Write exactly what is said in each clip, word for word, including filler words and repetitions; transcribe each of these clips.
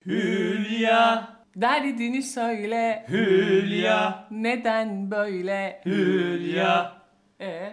Hülya. Derdini söyle. Hülya. Neden böyle? Hülya. E.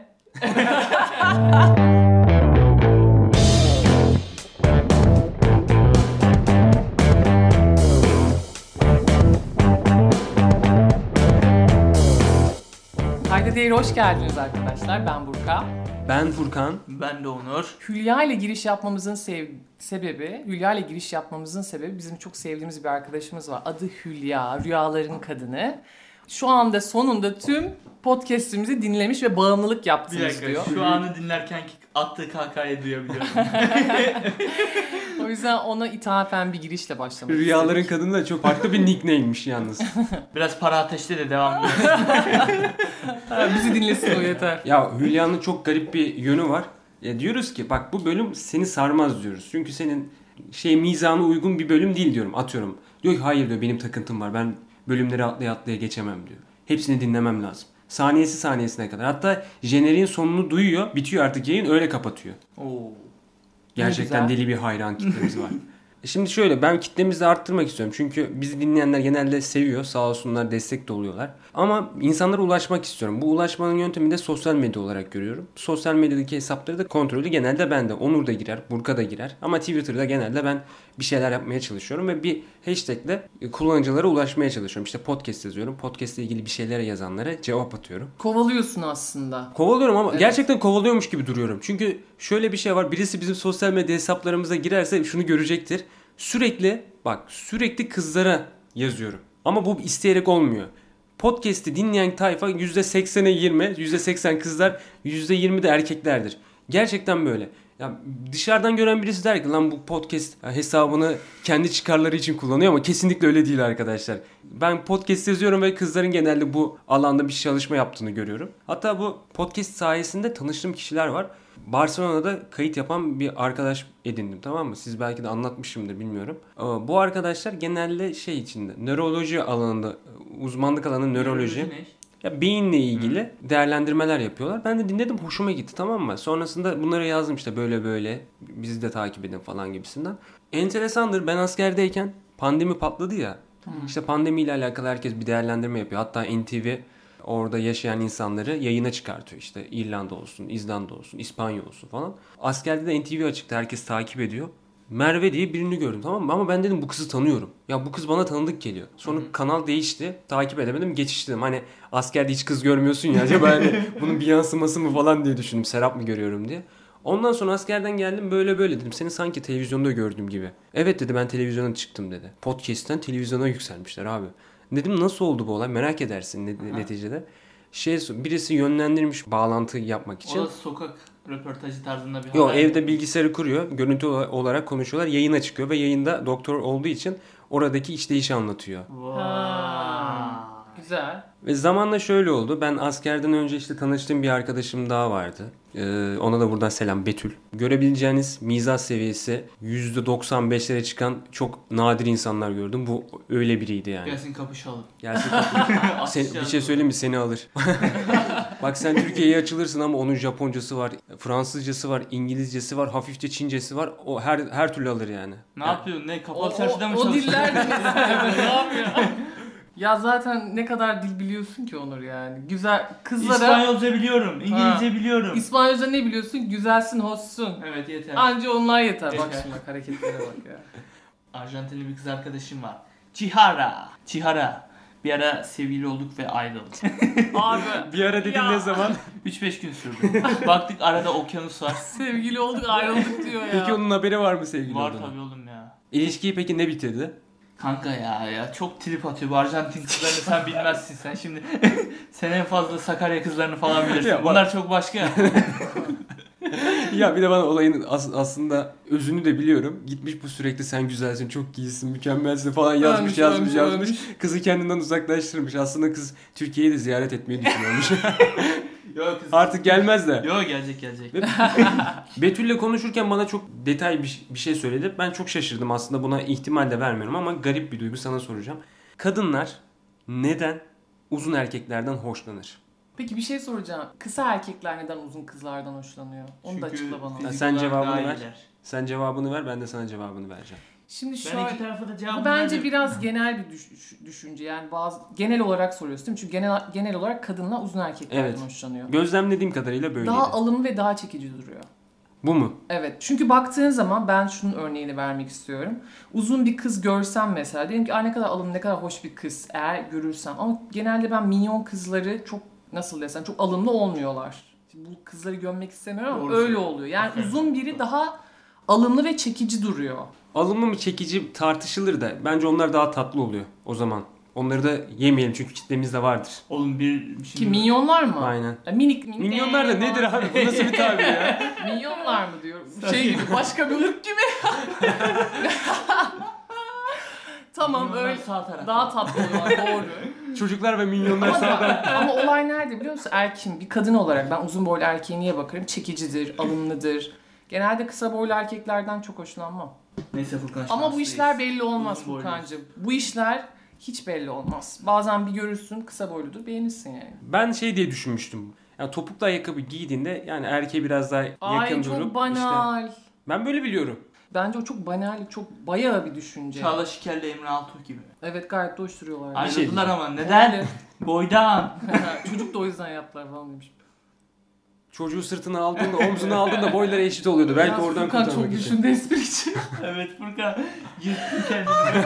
Haydi değil, hoş geldiniz arkadaşlar. Ben Burka. Ben Furkan. Ben de Onur. Hülya ile giriş yapmamızın sev- sebebi, Hülya ile giriş yapmamızın sebebi bizim çok sevdiğimiz bir arkadaşımız var. Adı Hülya, Rüyaların Kadını. Şu anda sonunda tüm podcast'imizi dinlemiş ve bağımlılık Bir yaptınız dakika, diyor. şu anı dinlerken attığı kahkahayı duyabiliyorum. O yüzden ona ithafen bir girişle başlamak Rüyaların istedik. kadını da çok farklı bir nickname'miş yalnız. Biraz para ateşli de devam ediyor. Ha, bizi dinlesin o yeter. Ya Hülya'nın çok garip bir yönü var. Ya diyoruz ki bak bu bölüm seni sarmaz diyoruz. Çünkü senin şey mizahına uygun bir bölüm değil diyorum. Atıyorum. Diyor ki hayır diyor benim takıntım var. Ben bölümleri atlaya atlaya geçemem diyor. Hepsini dinlemem lazım. Saniyesi saniyesine kadar. Hatta jeneriğin sonunu duyuyor. Bitiyor artık yayın öyle kapatıyor. Oo. Gerçekten güzel. deli bir hayran kitlemiz var. Şimdi şöyle ben kitlemizi arttırmak istiyorum. Çünkü bizi dinleyenler genelde seviyor. Sağ olsunlar destek de oluyorlar. Ama insanlara ulaşmak istiyorum. Bu ulaşmanın yöntemi de sosyal medya olarak görüyorum. Sosyal medyadaki hesapları da kontrolü genelde bende. Onur da girer, Burka da girer. Ama Twitter'da genelde ben bir şeyler yapmaya çalışıyorum. Ve bir hashtagle kullanıcılara ulaşmaya çalışıyorum. İşte podcast yazıyorum. Podcast ile ilgili bir şeylere yazanlara cevap atıyorum. Kovalıyorsun aslında. Kovalıyorum ama Evet. gerçekten kovalıyormuş gibi duruyorum. Çünkü şöyle bir şey var. Birisi bizim sosyal medya hesaplarımıza girerse şunu görecektir. Sürekli bak sürekli kızlara yazıyorum. Ama bu isteyerek olmuyor. Podcast'i dinleyen tayfa yüzde seksene yirmi, yüzde seksen kızlar, yüzde yirmi de erkeklerdir. Gerçekten böyle. Ya dışarıdan gören birisi der ki lan bu podcast hesabını kendi çıkarları için kullanıyor ama kesinlikle öyle değil arkadaşlar. Ben podcast yazıyorum ve kızların genelde bu alanda bir çalışma yaptığını görüyorum. Hatta bu podcast sayesinde tanıştığım kişiler var. Barcelona'da kayıt yapan bir arkadaş edindim, tamam mı? Siz belki de anlatmışımdır, bilmiyorum. Ama bu arkadaşlar genelde şey içinde nöroloji alanında, uzmanlık alanı nöroloji. Ne? Ya beyinle ilgili değerlendirmeler yapıyorlar. Ben de dinledim, hoşuma gitti, tamam mı? Sonrasında bunlara yazdım işte böyle böyle bizi de takip edin falan gibisinden. Enteresandır, ben askerdeyken pandemi patladı ya. Hmm. İşte pandemiyle alakalı herkes bir değerlendirme yapıyor. Hatta N T V orada yaşayan insanları yayına çıkartıyor. İşte İrlanda olsun, İzlanda olsun, İspanya olsun falan. Askerde de N T V açıktı, herkes takip ediyor. Merve diye birini gördüm, tamam mı? Ama ben dedim bu kızı tanıyorum. Ya bu kız bana tanıdık geliyor. Sonra Hı-hı. kanal değişti. Takip edemedim. Geçiştirdim. Hani askerde hiç kız görmüyorsun ya. Acaba hani bunun bir yansıması mı falan diye düşündüm. Serap mı görüyorum diye. Ondan sonra askerden geldim, böyle böyle dedim. Seni sanki televizyonda gördüğüm gibi. Evet dedi, ben televizyona çıktım dedi. Podcast'ten televizyona yükselmişler abi. Dedim nasıl oldu bu olay? Merak edersin ne- neticede. Şey, birisi yönlendirmiş bağlantı yapmak için. O da sokak röportajı tarzında bir Yok, haber. evde bilgisayarı kuruyor. Görüntü olarak konuşuyorlar. Yayına çıkıyor ve yayında doktor olduğu için oradaki işleyişi anlatıyor. Vay. Ha. Güzel. Ve zamanla şöyle oldu. Ben askerden önce işte tanıştığım bir arkadaşım daha vardı. Ee, ona da buradan selam, Betül. Görebileceğiniz mizah seviyesi yüzde doksan beşlere çıkan çok nadir insanlar gördüm. Bu öyle biriydi yani. Gelsin kapışalım. Gelsin Sen, bir şey söyleyeyim mi? Seni alır. Bak sen Türkiye'ye açılırsın ama onun Japoncası var, Fransızcası var, İngilizcesi var, hafifçe Çincesi var. O her her türlü alır yani. Ne Yani- yapıyorsun? Ne? O, Kapalı o, çarşıda mı o çalışıyorsun? diller de mesela ne yapıyor? Ya zaten ne kadar dil biliyorsun ki Onur yani. Güzel kızlara İspanyolca biliyorum. İngilizce Ha. biliyorum. İspanyolca ne biliyorsun? Güzelsin, hoşsun. Evet, yeter. Anca onlar yeter. Bak Yeter. şimdi bak, hareketlere bak ya. Arjantinli bir kız arkadaşım var. Chihara. Chihara. Bir ara sevgili olduk ve ayrıldık. Abi Bir ara dedin Ya. ne zaman? üç beş gün sürdü. Baktık arada okyanus var. sevgili olduk ayrıldık diyor ya. Peki onun haberi var mı sevgili Var olduğuna? tabii oğlum ya. İlişkiyi peki ne bitirdi? Kanka ya ya çok trip atıyor bu Arjantin kızlarını, sen bilmezsin sen şimdi. Sen en fazla Sakarya kızlarını falan bilirsin. Ya bak- Bunlar çok başka. Ya bir de bana olayın as- aslında özünü de biliyorum. Gitmiş bu sürekli sen güzelsin, çok iyisin, mükemmelsin falan yazmış Ölmüş, yazmış ölmüş, yazmış. ölmüş. Kızı kendinden uzaklaştırmış. Aslında kız Türkiye'yi de ziyaret etmeyi düşünüyormuş. Yok kız. Artık gelmez de. Yok, gelecek gelecek. Betül'le konuşurken bana çok detay bir, bir şey söyledi. Ben çok şaşırdım aslında, buna ihtimal de vermiyorum ama garip bir duygu, sana soracağım. Kadınlar neden uzun erkeklerden hoşlanır? Peki bir şey soracağım. Kısa erkekler neden uzun kızlardan hoşlanıyor? Onu da Çünkü açıkla bana. fizik Sen olarak cevabını daha ver. iyiler. Sen cevabını ver, ben de sana cevabını vereceğim. Şimdi Ben şöyle, iki tarafa da cevabı bu bence verdim. biraz genel bir düş- düşünce. Yani bazı genel olarak soruyorsun değil mi? Çünkü genel genel olarak kadınlar uzun erkeklerden Evet. hoşlanıyor. Gözlemlediğim kadarıyla böyleydi. Daha alımlı ve daha çekici duruyor. Bu mu? Evet. Çünkü baktığın zaman ben şunun örneğini vermek istiyorum. Uzun bir kız görsem mesela, diyelim ki ne kadar alımlı, ne kadar hoş bir kız eğer görürsem, ama genelde ben minyon kızları çok, nasıl desem, çok alımlı olmuyorlar. Şimdi bu kızları gömmek istemiyorum ama Doğru öyle söylüyorsun. oluyor. Yani Aferin. uzun biri daha alımlı ve çekici duruyor. Alımlı mı çekici tartışılır da bence onlar daha tatlı oluyor o zaman. Onları da yemeyelim çünkü kitlemizde vardır. Oğlum bir... Şimdi... Ki minyonlar mı? Aynen. Ya minik minik. Minyonlar da Ee, nedir abi? Bu nasıl bir tabir ya? Minyonlar mı diyorum? Şey gibi, başka bir ırk gibi. Tamam Minyonlar öyle. sağ tarafta. Daha tatlı oluyorlar, doğru. Çocuklar ve minyonlar Ama, sağdan. ama olay nerede biliyor musun? Erkeğin, bir kadın olarak ben uzun boylu erkeğe niye bakarım? Çekicidir, alımlıdır. Genelde kısa boylu erkeklerden çok hoşlanmam. Neyse Furkan Ama bu şanslıyız. işler belli olmaz Uzun boyluyuz. Furkancığım. Bu işler hiç belli olmaz. Bazen bir görürsün, kısa boyludur, beğenirsin yani. Ben şey diye düşünmüştüm. Yani topuklu ayakkabı giydiğinde yani erkeğe biraz daha yakın Ay durup çok işte. banal. Ben böyle biliyorum. Bence o çok banal, çok bayağı bir düşünce. Çağla Şiker'le Emre Altuğ gibi. Evet, gayet de hoş duruyorlar. Ay- şey Ayrıldılar diyeceğim. ama neden? Öyle. Boydan. Çocuk da o yüzden yaptılar falan demiş. Çocuğu sırtına aldığında, omzuna aldığında boyları eşit oluyordu. Belki Biraz oradan Furkan kurtarmak çok için. düşündü espri için. Evet Furkan. Yırttın kendini.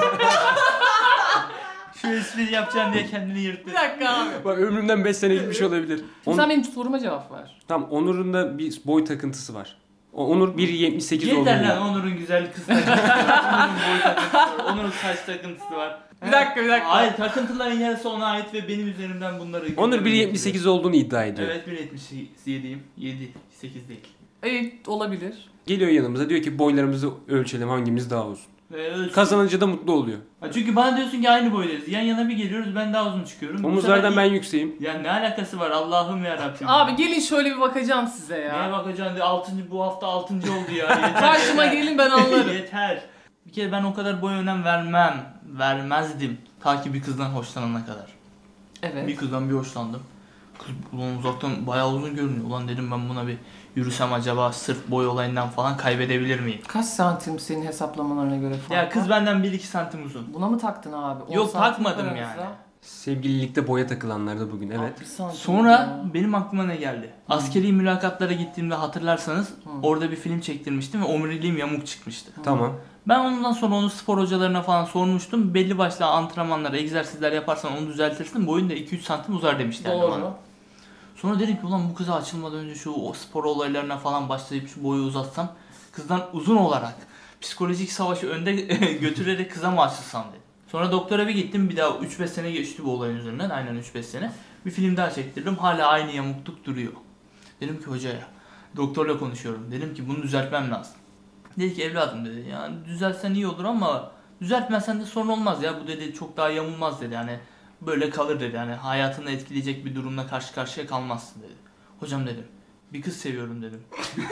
Şu espriyi yapacaksın diye kendini yırttı. Bir dakika abi. Bak ömrümden beş sene gitmiş olabilir. Şimdi On... sen benim soruma cevap ver. Tamam, Onur'un da bir boy takıntısı var. O- Onur bir yetmiş sekiz olduğunu. Yeter lan Onur'un güzel kız takıntısı var. Onur'un boy takıntısı var. Onur'un saç takıntısı var. Bir dakika bir dakika. Hayır, takıntıların yarısı ona ait ve benim üzerimden bunları... Onur bir yetmiş sekiz olduğunu iddia ediyor. Evet, bir yetmiş yediyim. yedi, sekiz değil. Evet, olabilir. Geliyor yanımıza diyor ki boylarımızı ölçelim, hangimiz daha uzun. Ve ölçü- Kazanınca da mutlu oluyor. Ha, çünkü bana diyorsun ki aynı boydayız. Yan yana bir geliyoruz, ben daha uzun çıkıyorum. Bu Omuzlardan sefer- ben yükseğim. Ya ne alakası var Allah'ım yarabbim. Abi gelin şöyle bir bakacağım size Neye ya. bakacaksın diye altıncı, bu hafta altıncı oldu ya. Yeter, Karşıma yeter. gelin, ben anlarım. Yeter. Bir kere ben o kadar boy önem vermem. Vermezdim. Ta ki bir kızdan hoşlanana kadar. Evet. Bir kızdan bir hoşlandım. Kız ulan uzaktan bayağı uzun görünüyor. Ulan dedim ben buna bir yürüsem acaba sırf boy olayından falan kaybedebilir miyim? Kaç santim senin hesaplamalarına göre falan? Ya kız benden bir iki santim uzun. Buna mı taktın abi? On Yok, santim takmadım aranızda. yani. Sevgililikte boya takılanlar da bugün, evet. Abi bir santim Sonra ya. benim aklıma ne geldi? Askeri mülakatlara gittiğimde hatırlarsanız Hı. orada bir film çektirmiştim ve omuriliğim yamuk çıkmıştı. Tamam. Ben ondan sonra onu spor hocalarına falan sormuştum. Belli başlı antrenmanlar, egzersizler yaparsan onu düzeltirsin. Boyun da iki üç santim uzar demişlerdi bana. Doğru. Sonra dedim ki ulan bu kıza açılmadan önce şu o spor olaylarına falan başlayıp şu boyu uzatsam, kızdan uzun olarak psikolojik savaşı önde götürerek kıza mı açılsam dedim. Sonra doktora bir gittim, bir daha üç beş sene geçti bu olayın üzerinden, aynen üç beş sene. Bir film daha çektirdim, hala aynı yamukluk duruyor. Dedim ki hocaya, doktorla konuşuyorum, dedim ki bunu düzeltmem lazım. Dedi ki evladım dedi, yani düzeltsen iyi olur ama düzeltmezsen de sorun olmaz ya, bu dedi çok daha yamulmaz dedi, yani böyle kalır dedi, yani hayatını etkileyecek bir durumla karşı karşıya kalmazsın dedi. Hocam dedim, bir kız seviyorum dedim.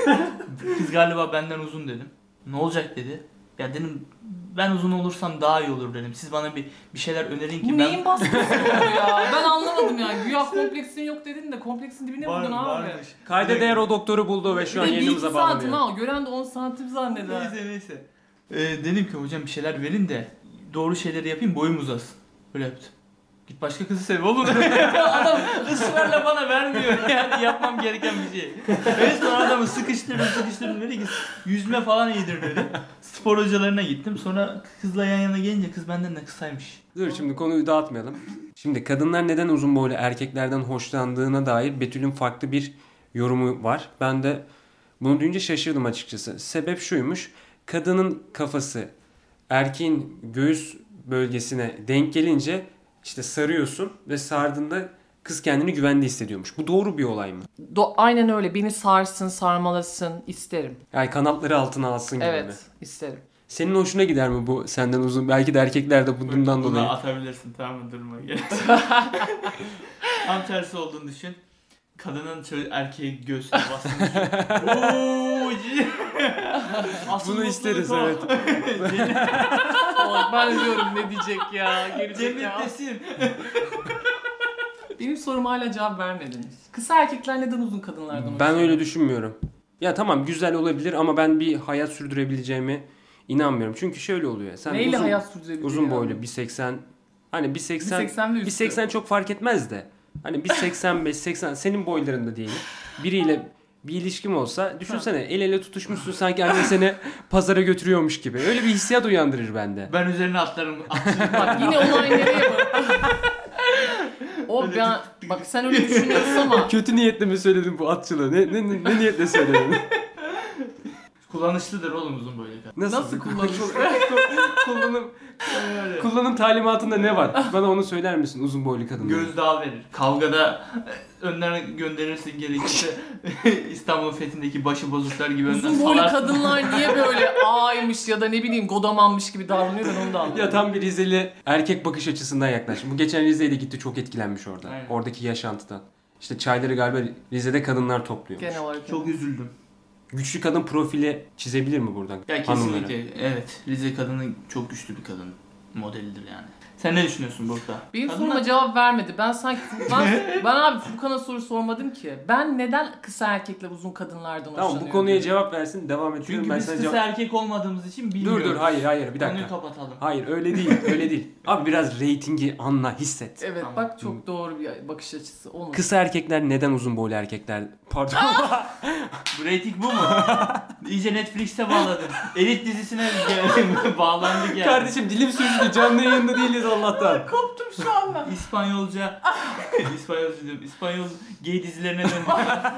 Kız galiba benden uzun dedim. Ne olacak dedi. Ya dedim ben uzun olursam daha iyi olur dedim. Siz bana bir bir şeyler önerin ki Bu ben... neyin baskısı oldu ya? Ben anlamadım ya. Güya kompleksin yok dedin de kompleksin dibine Var- vurdun abi. varmış. Kayda değer o doktoru buldu ve şu an Bir de bir iki yayınımıza santim bağlanıyor. ha. Gören de on santim zanneder. Neyse neyse. Ee, dedim ki hocam bir şeyler verin de doğru şeyleri yapayım, boyum uzasın. Böyle yaptı. Git başka kızı sev oğlum. Adam ısrarla bana vermiyor. Yani yapmam gereken bir şey. En son adamı sıkıştırdım sıkıştırdım dedi ki yüzme falan iyidir dedi. Spor hocalarına gittim. Sonra kızla yan yana gelince kız benden de kısaymış. Dur şimdi konuyu dağıtmayalım. Şimdi kadınlar neden uzun boylu erkeklerden hoşlandığına dair Betül'ün farklı bir yorumu var. Ben de bunu duyunca şaşırdım açıkçası. Sebep şuymuş. Kadının kafası erkeğin göğüs bölgesine denk gelince işte sarıyorsun ve sardığında kız kendini güvende hissediyormuş. Bu doğru bir olay mı? Do- Aynen öyle. Beni sarsın, sarmalasın isterim. Yani kanatları altına alsın gibi mi? Evet, isterim. Senin hoşuna gider mi bu senden uzun? Belki de erkekler de bundan Bunu dolayı. atabilirsin, tamam mı, durma gel. Tam tersi olduğunu düşün. Kadının şöyle erkeğe göğsüne bastığını düşün. Ooo, Asıl Bunu isteriz, mutluluk o. Bak ben diyorum ne diyecek ya. Gelecek ya. Cennettesin. Benim soruma hala cevap vermediniz. Kısa erkekler neden uzun kadınlardan Ben hoşlanıyor? öyle düşünmüyorum. Ya tamam güzel olabilir ama ben bir hayat sürdürebileceğimi İnanmıyorum. Çünkü şöyle oluyor. Sen Neyle uzun, hayat sürdürebilir uzun ya? boylu bir seksen hani bir seksen bir seksen ve üstü. bir seksen çok fark etmez de. Hani bir seksen beş seksen senin boylarında diyelim. Biriyle bir ilişkim olsa düşünsene el ele tutuşmuşsun sanki anne seni pazara götürüyormuş gibi. Öyle bir hissiyat uyandırır bende. Ben üzerine atlarım. Bak yine olay nereye bak. O ben bak sen öyle düşünüyorsun ama Kötü niyetle mi söyledin bu atçılığı? Ne, ne, ne, ne niyetle söyledin? Kullanışlıdır oğlum uzun boylu kadın. Nasıl, Nasıl kullanılır? kullanım kullanım talimatında ne var? Bana onu söyler misin uzun boylu kadınlar? Gözdağı verir. Kavgada önden gönderirsin, gerekirse İstanbul fethindeki başı bozuklar gibi önden uzun boylu salarsın. kadınlar niye böyle ağaymış ya da ne bileyim godamanmış gibi davranıyor ben onu da anlamadım. Ya tam bir Rizeli erkek bakış açısından yaklaşım. Bu geçen Rize'ye de gitti, çok etkilenmiş orada. Aynen. Oradaki yaşantıdan. İşte çayları galiba Rize'de kadınlar topluyormuş. Genel olarak. Çok üzüldüm. Güçlü kadın profili çizebilir mi buradan? Ya hanımlara? kesinlikle evet. Rize kadını çok güçlü bir kadın modelidir yani. Sen ne düşünüyorsun burada? Benim Kadınlar- soruma cevap vermedi. Ben sanki ben, ben abi Furkan'a soru sormadım ki. Ben neden kısa erkekler uzun kadınlardan hoşlanıyorum? Tamam bu konuya cevap versin, devam ediyorum. Çünkü ben biz sana kısa cevap... erkek olmadığımız için bilmiyoruz. Dur dur hayır hayır bir dakika. Konuyu kapatalım. Hayır öyle değil öyle değil. Abi biraz reytingi anla, hisset. Evet Tamam. bak çok doğru bir bakış açısı. Olmuş. Kısa erkekler neden uzun boylu erkekler? Pardon. Bu reyting bu mu? İyice Netflix'e bağladın. Elit dizisine gel- bağlandık yani. Kardeşim dilim sürçtü, canlı yayında değiliz Allah'tan. Koptum şu anda. İspanyolca, İspanyolca diyorum. İspanyol gay dizilerine döndük.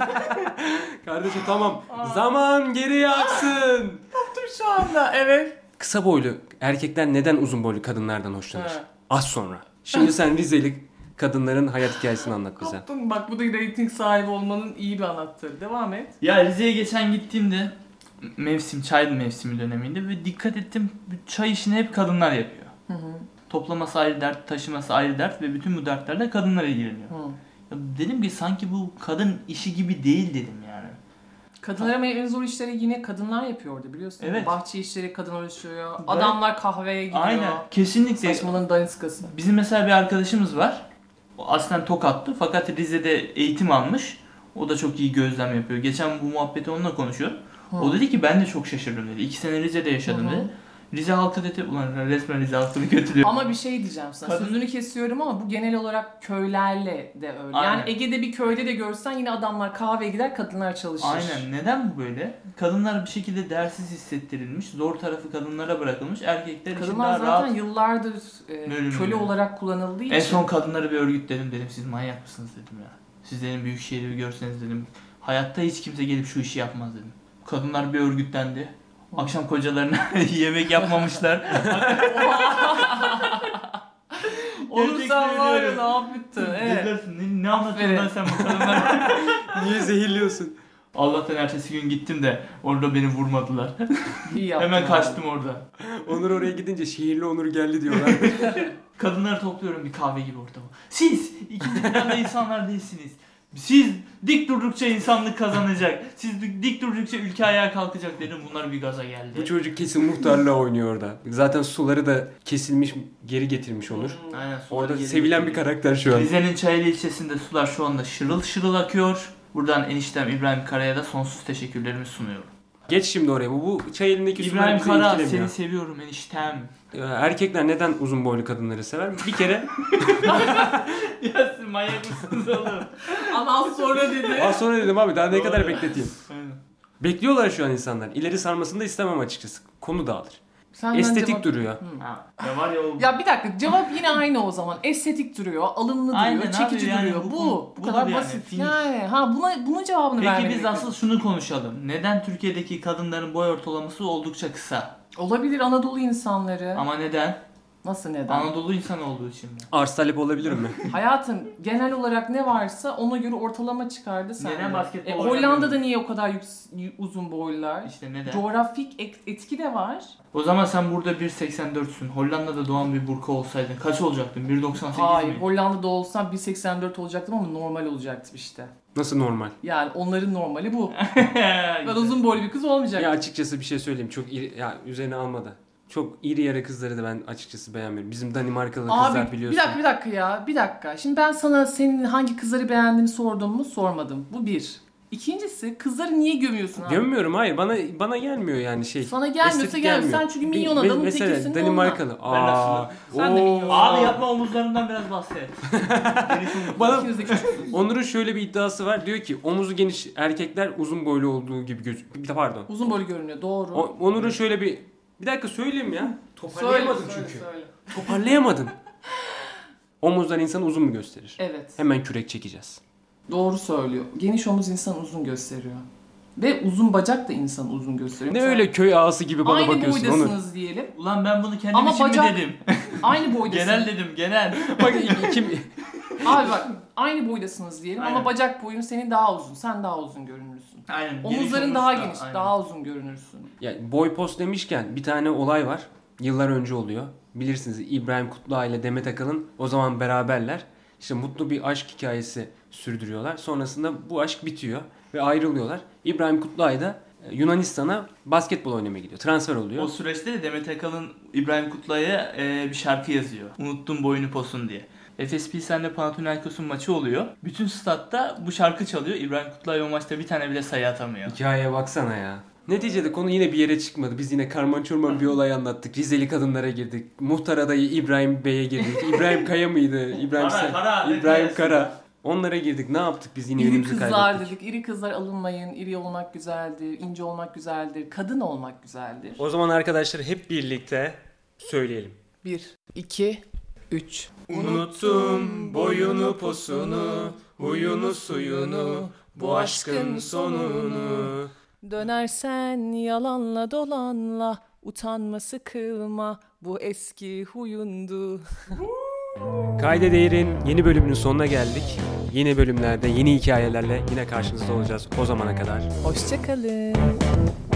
Kardeşim tamam. Zaman geriye aksın. Koptum şu anda evet. Kısa boylu erkekler neden uzun boylu kadınlardan hoşlanır? Evet. Az sonra. Şimdi sen Rizeli kadınların hayat hikayesini anlat bize. Koptum bak bu da reyting sahibi olmanın iyi bir anahtarı. Devam et. Ya Rize'ye geçen gittiğimde mevsim, çay mevsimi döneminde ve dikkat ettim çay işini hep kadınlar yapıyor. Hı hı. Toplaması ayrı dert, taşıması ayrı dert ve bütün bu dertlerle kadınlar ilgileniyor. Hı. Ya dedim ki sanki bu kadın işi gibi değil dedim yani. Kadınlar ama en zor işleri yine kadınlar yapıyor orada biliyorsun. Evet. Bahçe işleri kadın uğraşıyor. Evet. Adamlar kahveye gidiyor. Aynen. Kesinlikle. Saçmalığın daniskası. Bizim mesela bir arkadaşımız var. O aslen Tokatlı fakat Rize'de eğitim almış. O da çok iyi gözlem yapıyor. Geçen bu muhabbeti onunla konuşuyor. Hı. O dedi ki ben de çok şaşırdım dedi. İki sene Rize'de yaşadım Hı hı. dedi. Rize halkı dedi. Ulan resmen Rize halkını kötülüyor. Ama bir şey diyeceğim sana. Kadın- Sözünü kesiyorum ama bu genel olarak köylerle de öyle. Aynen. Yani Ege'de bir köyde de görsen yine adamlar kahveye gider, kadınlar çalışır. Aynen. Neden bu böyle? Kadınlar bir şekilde değersiz hissettirilmiş. Zor tarafı kadınlara bırakılmış. Erkekler için Kadınlar daha zaten rahat. yıllardır e, Bölünüyor. köle olarak kullanıldığı için. En son kadınları bir örgütledim dedim. Siz manyak mısınız dedim ya. Siz dedim büyük şehri bir görseniz dedim. Hayatta hiç kimse gelip şu işi yapmaz dedim. Kadınlar bir örgütlendi. Akşam kocalarına yemek yapmamışlar. Onu Gerçekten sen var ya öyle. ne yaptın? Evet. Dediler, ne, ne anlatıyorsun lan sen bu kadınlar? Niye zehirliyorsun? Allah'tan ertesi gün gittim de orada beni vurmadılar. İyi yaptın Hemen abi. kaçtım orada. Onur oraya gidince şehirli Onur geldi diyorlar. Kadınları topluyorum bir kahve gibi ortama. Siz ikinci planda insanlar değilsiniz. Siz dik durdukça insanlık kazanacak. Siz dik durdukça ülke ayağa kalkacak dedim. Bunlar bir gaza geldi. Bu çocuk kesin muhtarlığa oynuyor orada. Zaten suları da kesilmiş, geri getirmiş Onur. Aynen, suları Orada geri sevilen bir getiriyor. karakter şu an. Rize'nin Çayeli ilçesinde sular şu anda şırıl şırıl akıyor. Buradan eniştem İbrahim Kara'ya da sonsuz teşekkürlerimi sunuyorum. Geç şimdi oraya. Bu, bu çay elindeki sular İbrahim bizi Kara etkilemiyor. seni seviyorum eniştem. Ee, Erkekler neden uzun boylu kadınları sever? Bir kere Ya siz manyak mısınız oğlum? Ama az sonra dedi. az sonra dedim abi daha ne Doğru. kadar bekleteyim. Aynen. Bekliyorlar şu an insanlar. İleri sarmasını da istemem açıkçası. Konu dağılır. Senden Estetik cevap- duruyor. Hı. Ha, ya var ya o... Ya bir dakika cevap yine aynı o zaman. Estetik duruyor, alımlı duruyor, Aynen abi, çekici yani duruyor. bu- Bu, bu- bu, budur kadar yani, basit. finish. Yani ha buna bunun cevabını Peki vermek biz asıl şunu konuşalım. Neden Türkiye'deki kadınların boy ortalaması oldukça kısa? olabilir Anadolu insanları. Ama neden? Nasıl neden? Anadolu insan olduğu için mi? Arz talep olabilir mi? Hayatım genel olarak ne varsa ona göre ortalama çıkardı sen. Neden de. basketbol E, oynamıyorsun? Hollanda'da niye o kadar yüks- uzun boylular? İşte neden? Coğrafik et- etki de var. O zaman sen burada bir seksen dörtsün. Hollanda'da doğan bir burka olsaydın kaç olacaktın? bir doksan sekiz Hayır, mi? Hollanda'da olsam bir seksen dört olacaktım ama normal olacaktım işte. Nasıl normal? Yani onların normali bu. Ben uzun boylu bir kız olmayacaktım. Ya açıkçası bir şey söyleyeyim. Çok iri, ya üzerine almadı. Çok iri yarı kızları da ben açıkçası beğenmiyorum. Bizim Danimarkalı kızlar Abi biliyorsun. bir dakika bir dakika ya bir dakika. Şimdi ben sana senin hangi kızları beğendiğini sordum mu sormadım. Bu bir. İkincisi kızları niye gömüyorsun abi? Gömmüyorum, hayır, bana bana gelmiyor yani şey. Sana gelmiyorsa estetik gelmiyor. Sen çünkü minyon Me- adamın mesela tekisin. Danimarkalı. Ben de Aa. Sen de oo. minyon. Abi yapma, omuzlarından biraz bahset. Bana İkiniz de küçüksünüz. Onur'un şöyle bir iddiası var. Diyor ki omuzu geniş erkekler uzun boylu olduğu gibi gözüküyor. Pardon. Uzun boylu görünüyor. Doğru. O- Onur'un şöyle bir bir dakika söyleyeyim ya. Toparlayamadım söyle, çünkü. söyle. Toparlayamadım. Omuzlar insanı uzun mu gösterir? Evet. Hemen kürek çekeceğiz. Doğru söylüyor. Geniş omuz insanı uzun gösteriyor. Ve uzun bacak da insanı uzun gösteriyor. Ne Mesela öyle köy ağası gibi bana aynı bakıyorsun Onur. boydasınız diyelim. Ulan ben bunu kendim Ama için bacak- mi dedim? Aynı boydasınız. Genel dedim, genel. Bak kim Abi bak aynı boydasınız diyelim Aynen. ama bacak boyun senin daha uzun. Sen daha uzun görünürsün. Aynen. Omuzların omuz daha da, geniş, aynen. daha uzun görünürsün. ya boy post demişken bir tane olay var. Yıllar önce oluyor. Bilirsiniz İbrahim Kutluay ile Demet Akalın o zaman beraberler. İşte mutlu bir aşk hikayesi sürdürüyorlar. Sonrasında bu aşk bitiyor ve ayrılıyorlar. İbrahim Kutluay da Yunanistan'a basketbol oynamaya gidiyor. Transfer oluyor. O süreçte de Demet Akalın İbrahim Kutluay'a e, bir şarkı yazıyor. Unuttum boyunu posun diye. Efes Pilsen'le Panathinaikos'un maçı oluyor. Bütün statta bu şarkı çalıyor. İbrahim Kutlay o maçta bir tane bile sayı atamıyor. Hikayeye baksana ya. Neticede konu yine bir yere çıkmadı. Biz yine karman çorman bir olay anlattık. Rizeli kadınlara girdik. Muhtar adayı İbrahim Bey'e girdik. İbrahim Kaya mıydı? İbrahim Kara, Sen- Kara, ne İbrahim diyorsun? Kara. Onlara girdik. Ne yaptık biz yine İri önümüzü kızlar kaybettik. dedik. İri kızlar alınmayın. İri olmak güzeldir. İnce olmak güzeldir. Kadın olmak güzeldir. O zaman arkadaşlar hep birlikte söyleyelim. Bir, iki, üç. Unuttum boyunu posunu, huyunu suyunu, bu aşkın sonunu. Dönersen yalanla dolanla, utanma sıkılma, bu eski huyundu. Kayda Değer'in yeni bölümünün sonuna geldik. Yeni bölümlerde, yeni hikayelerle yine karşınızda olacağız. O zamana kadar. Hoşça kalın.